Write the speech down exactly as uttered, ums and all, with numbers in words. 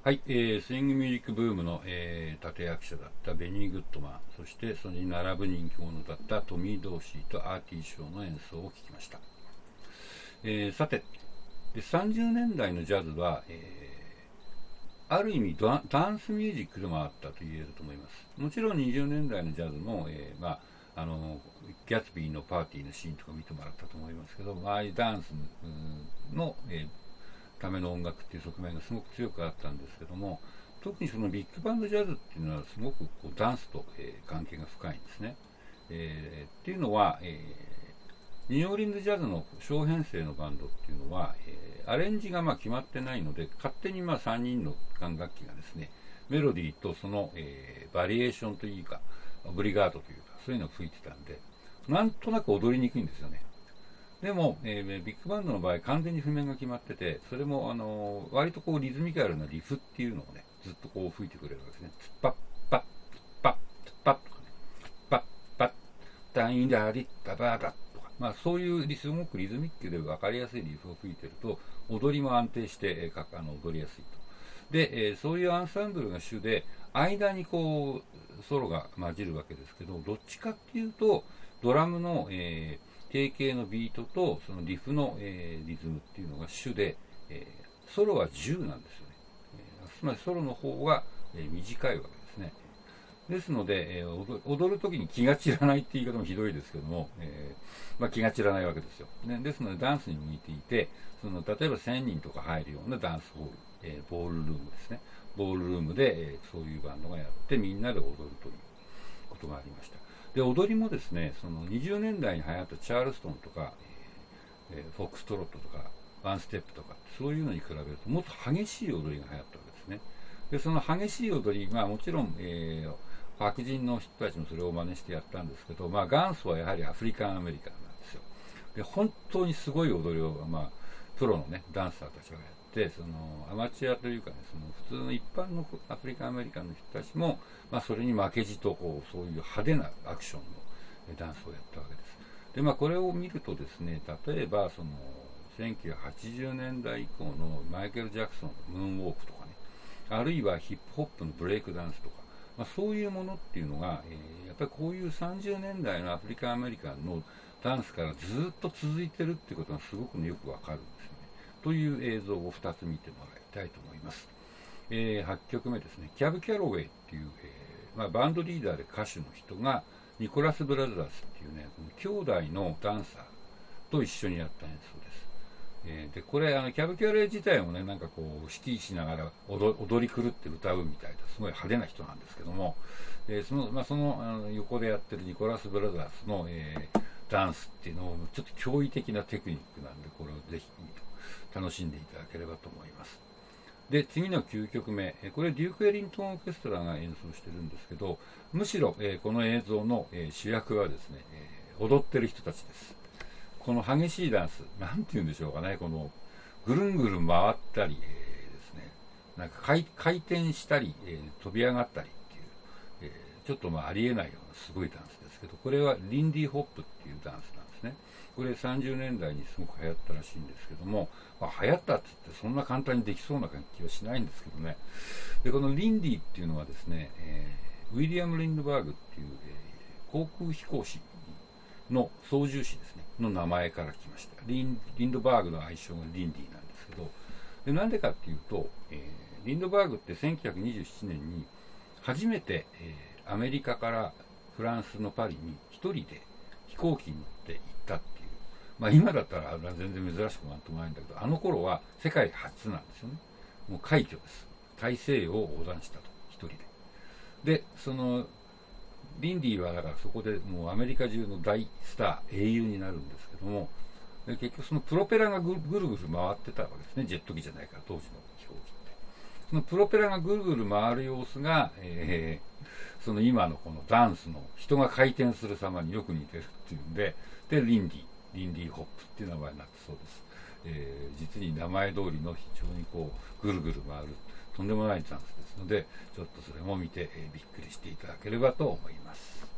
はい、えー、スイングミュージックブームの、えー、立役者だったベニー・グッドマン、そしてそれに並ぶ人気者だったトミー・ドーシーとアーティー・ショーの演奏を聴きました。えー、さてで、さんじゅうねんだいのジャズは、えー、ある意味ダンスミュージックでもあったと言えると思います。もちろんにじゅうねんだいのジャズも、えーまあ、あのギャツビーのパーティーのシーンとか見てもらったと思いますけど、ああいうダンスの、えーための音楽っていう側面がすごく強くあったんですけども、特にそのビッグバンドジャズっていうのはすごくこうダンスと、えー、関係が深いんですね。えー、っていうのは、えー、ニューオーリンズジャズの小編成のバンドっていうのは、えー、アレンジがまあ決まってないので、勝手にまあさんにんの管楽器がですね、メロディーとその、えー、バリエーションというかブリガードというかそういうのを吹いてたんで、なんとなく踊りにくいんですよね。でも、えー、ビッグバンドの場合完全に譜面が決まってて、それも、あのー、割とこうリズミカルなリフっていうのをねずっとこう吹いてくれるわけですね。ツッパッパッパッパッとかね、パッパッダインダーリッババーバッとか、まあそういうすごくリズミックで分かりやすいリフを吹いてると踊りも安定して、えー、あの踊りやすいと。で、えー、そういうアンサンブルが主で間にこうソロが混じるわけですけど、どっちかっていうとドラムの、えー定型のビートとそのリフの、えー、リズムっていうのが主で、えー、ソロはじゅうなんですよね。えー、つまりソロの方が、えー、短いわけですね。ですので、えー、踊るときに気が散らないっていう言い方もひどいですけども、えーまあ、気が散らないわけですよ、ね。ですのでダンスに向いていて、その例えばせんにんとか入るようなダンスホール、えー、ボールルームですね。ボールルームで、えー、そういうバンドがやってみんなで踊るということがありました。で、踊りもですね、そのにじゅうねんだいに流行ったチャールストンとか、えー、フォックストロットとかワンステップとかそういうのに比べるともっと激しい踊りが流行ったわけですね。で、その激しい踊り、まあもちろん、えー、白人の人たちもそれを真似してやったんですけど、まあ元祖はやはりアフリカンアメリカンなんですよ。で、本当にすごい踊りを、まあプロのねダンサーたちがやって、そのアマチュアというかね、その普通の一般のアフリカンアメリカンの人たちも、まあ、それに負けじとこうそういう派手なアクションのダンスをやったわけです。で、まあ、これを見るとですね、例えばそのせんきゅうひゃくはちじゅうねんだい以降のマイケル・ジャクソンのムーンウォークとかね、あるいはヒップホップのブレイクダンスとか、まあ、そういうものっていうのが、えー、やっぱりこういうさんじゅうねんだいのアフリカンアメリカンのダンスからずっと続いてるっていうことがすごく、ね、よくわかるんですよね。という映像をふたつ見てもらいたいと思います。えー、はちきょくめですね、キャブ・キャロウェイっていう、えーまあ、バンドリーダーで歌手の人がニコラス・ブラザーズっていうね、兄弟のダンサーと一緒にやった演奏です。えー、でこれあのキャブ・キャロウェイ自体もね、なんかこう指揮しながら 踊, 踊り狂って歌うみたいなすごい派手な人なんですけども、えー、そのまあ、そのあの横でやってるニコラス・ブラザーズの、えー、ダンスっていうのをちょっと驚異的なテクニックなんで、これをぜひ楽しんでいただければと思います。で、次のきゅうきょくめ、これデューク・エリントン・オーケストラが演奏してるんですけど、むしろ、えー、この映像の、えー、主役はですね、えー、踊ってる人たちです。この激しいダンス、なんて言うんでしょうかね、このぐるんぐるん回ったり、えー、ですね、なんか 回, 回転したり、えー、飛び上がったりっていう、えー、ちょっとまあありえないようなすごいダンスですけど、これはリンディ・ホップっていうダンスなんですね。これさんじゅうねんだいにすごく流行ったらしいんですけども、まあ、流行ったって言ってそんな簡単にできそうな気はしないんですけどね。で、このリンディっていうのはですね、えー、ウィリアム・リンドバーグっていう、えー、航空飛行士の操縦士ですねの名前から来ました。リンリンドバーグの愛称がリンディなんですけど、でなんでかっていうと、えー、リンドバーグってせんきゅうひゃくにじゅうななねんに初めて、えー、アメリカからフランスのパリに一人で飛行機に乗って行ったっていう、まあ、今だったら全然珍しくなんともないんだけど、あの頃は世界初なんですよね。もう快挙です。大西洋を横断したと、一人で。で、そのリンディはだからそこでもうアメリカ中の大スター、英雄になるんですけども、で結局そのプロペラがぐぐるぐる回ってたわけですね。ジェット機じゃないから、当時の飛行機って。そのプロペラがぐるぐる回る様子が、えー、その今のこのダンスの人が回転する様によく似てるっていうんで、で、リンディ、リンディホップっていう名前になったそうです。えー、実に名前通りの非常にこうぐるぐる回るとんでもないダンスですので、ちょっとそれも見て、えー、びっくりしていただければと思います。